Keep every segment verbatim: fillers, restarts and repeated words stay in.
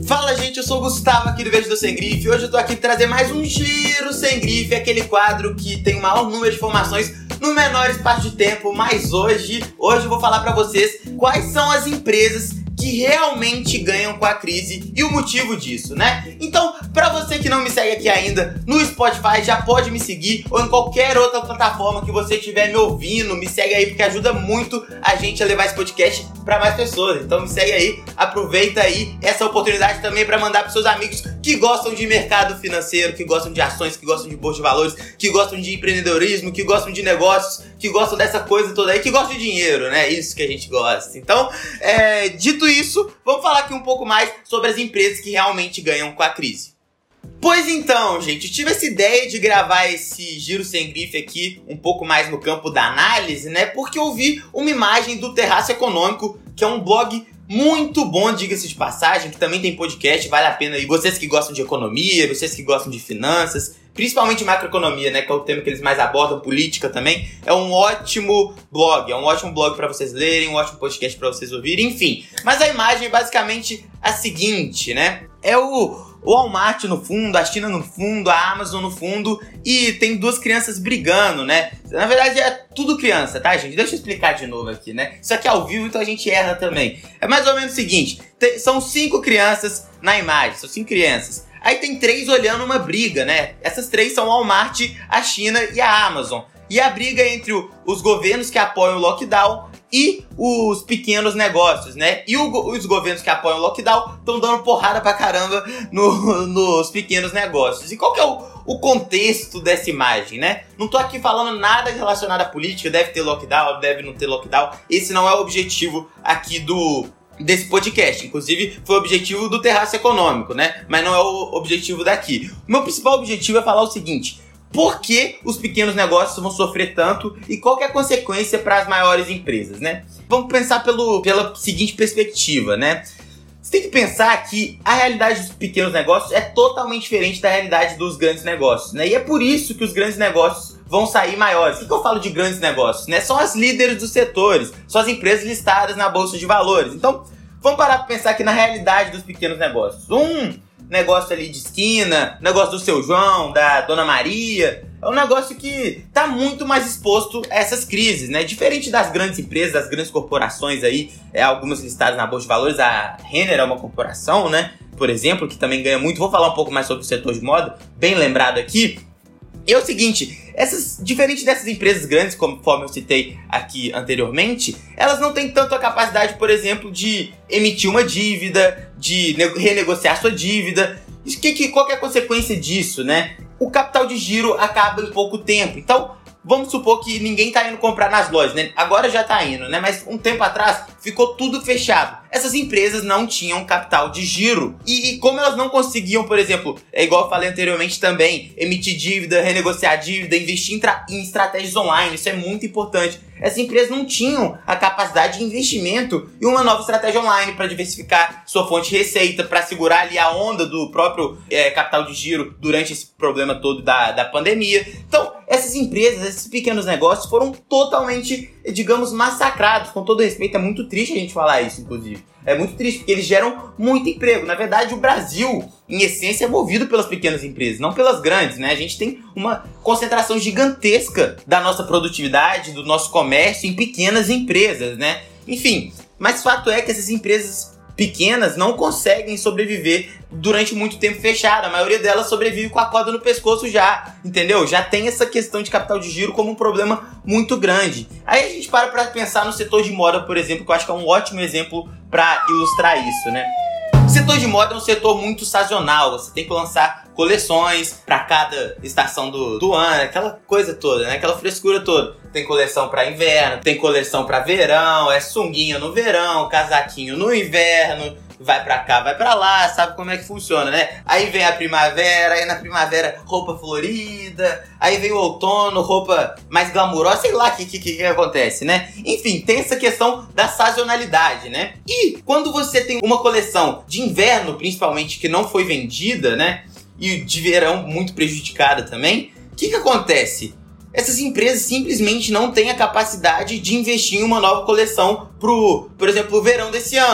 Fala, gente, eu sou o Gustavo aqui do Verde do Sem Grife. Hoje eu tô aqui pra trazer mais um Giro Sem Grife, aquele quadro que tem o maior número de informações no menor espaço de tempo. Mas hoje, hoje eu vou falar pra vocês quais são as empresas que realmente ganham com a crise e o motivo disso, né? Então, pra você que não me segue aqui ainda, no Spotify já pode me seguir, ou em qualquer outra plataforma que você estiver me ouvindo, me segue aí, porque ajuda muito a gente a levar esse podcast pra mais pessoas. Então me segue aí, aproveita aí essa oportunidade também pra mandar pros seus amigos que gostam de mercado financeiro, que gostam de ações, que gostam de bolsa de valores, que gostam de empreendedorismo, que gostam de negócios, que gostam dessa coisa toda aí, que gostam de dinheiro, né? Isso que a gente gosta. Então, é, dito isso, vamos falar aqui um pouco mais sobre as empresas que realmente ganham com a crise. Pois então, gente, eu tive essa ideia de gravar esse Giro Sem Grife aqui um pouco mais no campo da análise, né? Porque eu vi uma imagem do Terraço Econômico, que é um blog muito bom, diga-se de passagem, que também tem podcast, vale a pena aí. Vocês que gostam de economia, vocês que gostam de finanças, principalmente macroeconomia, né, que é o tema que eles mais abordam, política também, é um ótimo blog, é um ótimo blog para vocês lerem, um ótimo podcast para vocês ouvirem, enfim. Mas a imagem é basicamente a seguinte, né, é o o Walmart no fundo, a China no fundo, a Amazon no fundo, e tem duas crianças brigando, né? Na verdade é tudo criança, tá, gente? Deixa eu explicar de novo aqui, né? Isso aqui é ao vivo, então a gente erra também. É mais ou menos o seguinte, tem, são cinco crianças na imagem, são cinco crianças. Aí tem três olhando uma briga, né? Essas três são o Walmart, a China e a Amazon. E a briga entre o, os governos que apoiam o lockdown e os pequenos negócios, né? E o, os governos que apoiam o lockdown estão dando porrada pra caramba no, nos pequenos negócios. E qual que é o, o contexto dessa imagem, né? Não tô aqui falando nada relacionado à política, deve ter lockdown, deve não ter lockdown. Esse não é o objetivo aqui do... desse podcast, inclusive foi o objetivo do Terraço Econômico, né? Mas não é o objetivo daqui. O meu principal objetivo é falar o seguinte: por que os pequenos negócios vão sofrer tanto e qual que é a consequência para as maiores empresas, né? Vamos pensar pelo, pela seguinte perspectiva, né? Você tem que pensar que a realidade dos pequenos negócios é totalmente diferente da realidade dos grandes negócios, né? E é por isso que os grandes negócios vão sair maiores. O que, que eu falo de grandes negócios, né? São as líderes dos setores, são as empresas listadas na Bolsa de Valores. Então, vamos parar para pensar aqui na realidade dos pequenos negócios. Um negócio ali de esquina, negócio do seu João, da Dona Maria, é um negócio que está muito mais exposto a essas crises, né? Diferente das grandes empresas, das grandes corporações aí, é, algumas listadas na Bolsa de Valores, a Renner é uma corporação, né? Por exemplo, que também ganha muito. Vou falar um pouco mais sobre o setor de moda, bem lembrado aqui. E é o seguinte, essas, diferente dessas empresas grandes, conforme eu citei aqui anteriormente, elas não têm tanto a capacidade, por exemplo, de emitir uma dívida, de renegociar sua dívida. Que, que, qual que é a consequência disso, né? O capital de giro acaba em pouco tempo. Então, vamos supor que ninguém tá indo comprar nas lojas, né? Agora já tá indo, né? Mas um tempo atrás ficou tudo fechado. Essas empresas não tinham capital de giro. E, e como elas não conseguiam, por exemplo, é igual eu falei anteriormente também, emitir dívida, renegociar dívida, investir em, tra- em estratégias online, isso é muito importante. Essas empresas não tinham a capacidade de investimento em uma nova estratégia online para diversificar sua fonte de receita, para segurar ali a onda do próprio é, capital de giro durante esse problema todo da, da pandemia. Então, essas empresas, esses pequenos negócios foram totalmente, digamos, massacrados. Com todo respeito, é muito triste a gente falar isso, inclusive. É muito triste, porque eles geram muito emprego. Na verdade, o Brasil, em essência, é movido pelas pequenas empresas, não pelas grandes, né? A gente tem uma concentração gigantesca da nossa produtividade, do nosso comércio em pequenas empresas, né? Enfim, mas fato é que essas empresas pequenas não conseguem sobreviver durante muito tempo fechado. A maioria delas sobrevive com a corda no pescoço já, entendeu? Já tem essa questão de capital de giro como um problema muito grande. Aí a gente para pra pensar no setor de moda, por exemplo, que eu acho que é um ótimo exemplo para ilustrar isso, né? O setor de moda é um setor muito sazonal, você tem que lançar coleções para cada estação do, do ano, aquela coisa toda, né? Aquela frescura toda. Tem coleção para inverno, tem coleção para verão, é sunguinha no verão, casaquinho no inverno, vai pra cá, vai pra lá, sabe como é que funciona, né? Aí vem a primavera, aí na primavera roupa florida, aí vem o outono, roupa mais glamurosa, sei lá o que, que, que acontece, né? Enfim, tem essa questão da sazonalidade, né? E quando você tem uma coleção de inverno, principalmente, que não foi vendida, né? E de verão muito prejudicada também, o que que acontece? Essas empresas simplesmente não têm a capacidade de investir em uma nova coleção pro, por exemplo, o verão desse ano.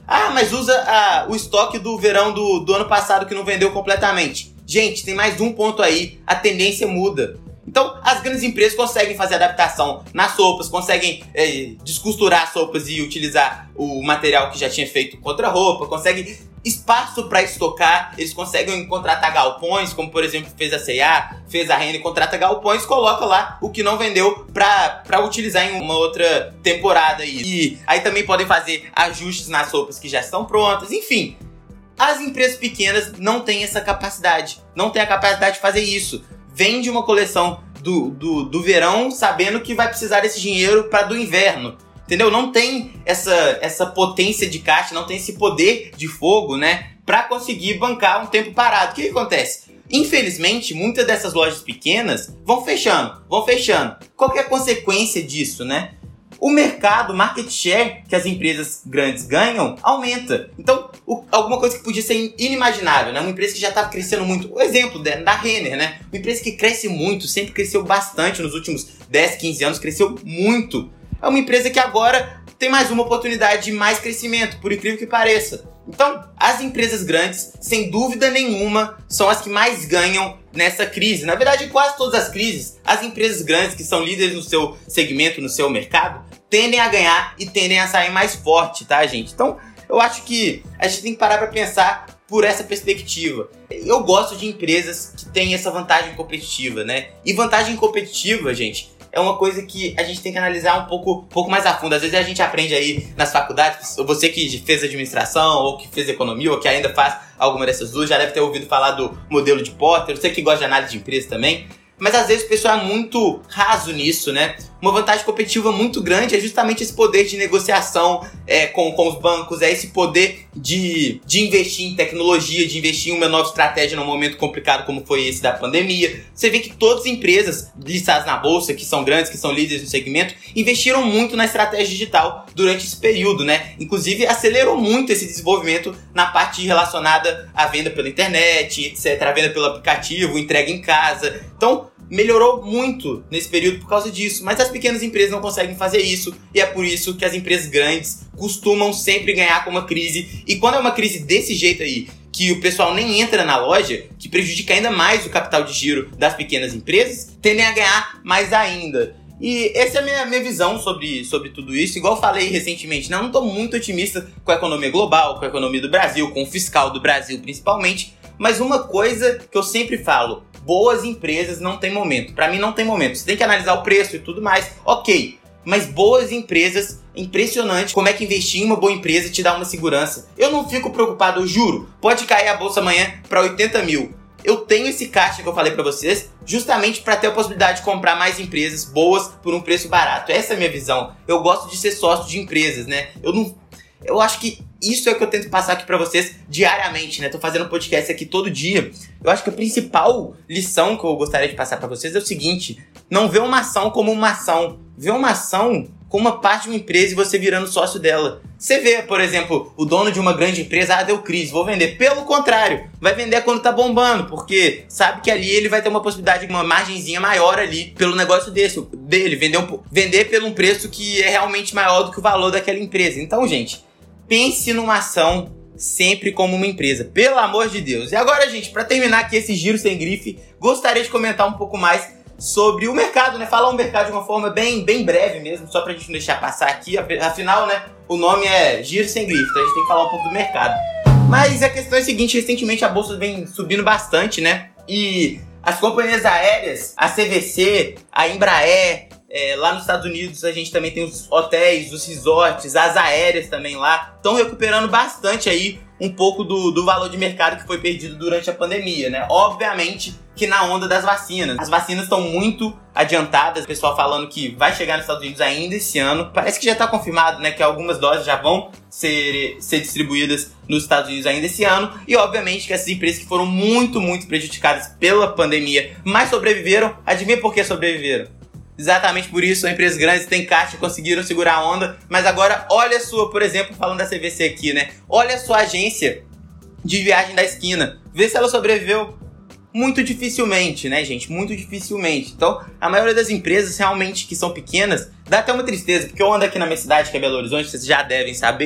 Ah, mas usa a, o estoque do verão do, do ano passado que não vendeu completamente. Gente, tem mais um ponto aí, a tendência muda. Então, as grandes empresas conseguem fazer adaptação nas sopas, conseguem é, descosturar as sopas e utilizar o material que já tinha feito contra a roupa, conseguem espaço para estocar, eles conseguem contratar galpões, como por exemplo fez a C e A, fez a Renner, contrata galpões, coloca lá o que não vendeu para utilizar em uma outra temporada. Aí. E aí também podem fazer ajustes nas sopas que já estão prontas, enfim. As empresas pequenas não têm essa capacidade, não têm a capacidade de fazer isso. Vende uma coleção do, do, do verão sabendo que vai precisar desse dinheiro para do inverno. Entendeu? Não tem essa, essa potência de caixa, não tem esse poder de fogo, né? Pra conseguir bancar um tempo parado. O que, que acontece? Infelizmente, muitas dessas lojas pequenas vão fechando, vão fechando. Qual que é a consequência disso, né? O mercado, o market share que as empresas grandes ganham, aumenta. Então, o, alguma coisa que podia ser inimaginável, né? Uma empresa que já estava crescendo muito. O exemplo da, da Renner, né? Uma empresa que cresce muito, sempre cresceu bastante nos últimos dez, quinze anos, cresceu muito. É uma empresa que agora tem mais uma oportunidade de mais crescimento, por incrível que pareça. Então, as empresas grandes, sem dúvida nenhuma, são as que mais ganham nessa crise. Na verdade, em quase todas as crises, as empresas grandes, que são líderes no seu segmento, no seu mercado, tendem a ganhar e tendem a sair mais forte, tá, gente? Então, eu acho que a gente tem que parar para pensar por essa perspectiva. Eu gosto de empresas que têm essa vantagem competitiva, né? E vantagem competitiva, gente, é uma coisa que a gente tem que analisar um pouco, um pouco mais a fundo. Às vezes a gente aprende aí nas faculdades, você que fez administração, ou que fez economia, ou que ainda faz alguma dessas duas, já deve ter ouvido falar do modelo de Porter, você que gosta de análise de empresa também. Mas às vezes o pessoal é muito raso nisso, né? Uma vantagem competitiva muito grande é justamente esse poder de negociação é, com, com os bancos, é esse poder de, de investir em tecnologia, de investir em uma nova estratégia num momento complicado como foi esse da pandemia. Você vê que todas as empresas listadas na bolsa, que são grandes, que são líderes no segmento, investiram muito na estratégia digital durante esse período, né? Inclusive acelerou muito esse desenvolvimento na parte relacionada à venda pela internet, etcétera, a venda pelo aplicativo, entrega em casa. Então, melhorou muito nesse período por causa disso, mas as pequenas empresas não conseguem fazer isso e é por isso que as empresas grandes costumam sempre ganhar com uma crise. E quando é uma crise desse jeito aí, que o pessoal nem entra na loja, que prejudica ainda mais o capital de giro das pequenas empresas, tendem a ganhar mais ainda. E essa é a minha, minha visão sobre, sobre tudo isso. Igual eu falei recentemente, né? Eu não estou muito otimista com a economia global, com a economia do Brasil, com o fiscal do Brasil principalmente, mas uma coisa que eu sempre falo: boas empresas não tem momento. Pra mim não tem momento. Você tem que analisar o preço e tudo mais. Ok. Mas boas empresas, impressionante como é que investir em uma boa empresa te dá uma segurança. Eu não fico preocupado, eu juro. Pode cair a bolsa amanhã pra oitenta mil. Eu tenho esse caixa que eu falei pra vocês justamente pra ter a possibilidade de comprar mais empresas boas por um preço barato. Essa é a minha visão. Eu gosto de ser sócio de empresas, né? Eu não... Eu acho que isso é o que eu tento passar aqui pra vocês diariamente, né? Tô fazendo um podcast aqui todo dia. Eu acho que a principal lição que eu gostaria de passar pra vocês é o seguinte: não vê uma ação como uma ação. Vê uma ação como uma parte de uma empresa e você virando sócio dela. Você vê, por exemplo, o dono de uma grande empresa, ah, deu crise, vou vender. Pelo contrário, vai vender quando tá bombando, porque sabe que ali ele vai ter uma possibilidade de uma margenzinha maior ali pelo negócio desse, dele. Vender, um, vender pelo um preço que é realmente maior do que o valor daquela empresa. Então, gente, pense numa ação sempre como uma empresa, pelo amor de Deus. E agora, gente, para terminar aqui esse giro sem grife, gostaria de comentar um pouco mais sobre o mercado, né? Falar o mercado de uma forma bem, bem breve mesmo, só pra gente não deixar passar aqui. Afinal, né, o nome é giro sem grife, então a gente tem que falar um pouco do mercado. Mas a questão é a seguinte: recentemente a bolsa vem subindo bastante, né? E as companhias aéreas, a C V C, a Embraer, É, lá nos Estados Unidos a gente também tem os hotéis, os resorts, as aéreas também lá, estão recuperando bastante aí um pouco do, do valor de mercado que foi perdido durante a pandemia, né? Obviamente que na onda das vacinas. As vacinas estão muito adiantadas, o pessoal falando que vai chegar nos Estados Unidos ainda esse ano. Parece que já está confirmado, né, que algumas doses já vão ser, ser distribuídas nos Estados Unidos ainda esse ano. E obviamente que essas empresas que foram muito, muito prejudicadas pela pandemia, mas sobreviveram, adivinha por que sobreviveram? Exatamente por isso, são empresas grandes, têm caixa, conseguiram segurar a onda. Mas agora, olha a sua, por exemplo, falando da C V C aqui, né? Olha a sua agência de viagem da esquina. Vê se ela sobreviveu. Muito dificilmente, né, gente? Muito dificilmente. Então, a maioria das empresas realmente que são pequenas, dá até uma tristeza, porque eu ando aqui na minha cidade, que é Belo Horizonte, vocês já devem saber.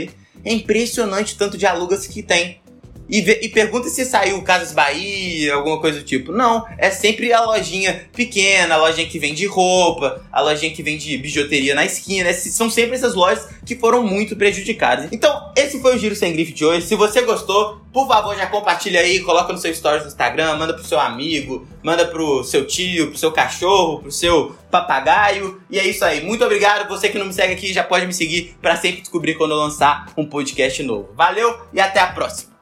É impressionante o tanto de alugas que tem. E, vê, e pergunta se saiu Casas Bahia, alguma coisa do tipo. Não, é sempre a lojinha pequena, a lojinha que vende roupa, a lojinha que vende bijuteria na esquina. São sempre essas lojas que foram muito prejudicadas. Então, esse foi o Giro Sem Grife de hoje. Se você gostou, por favor, já compartilha aí, coloca no seu stories no Instagram, manda pro seu amigo, manda pro seu tio, pro seu cachorro, pro seu papagaio. E é isso aí. Muito obrigado. Você que não me segue aqui já pode me seguir pra sempre descobrir quando eu lançar um podcast novo. Valeu e até a próxima.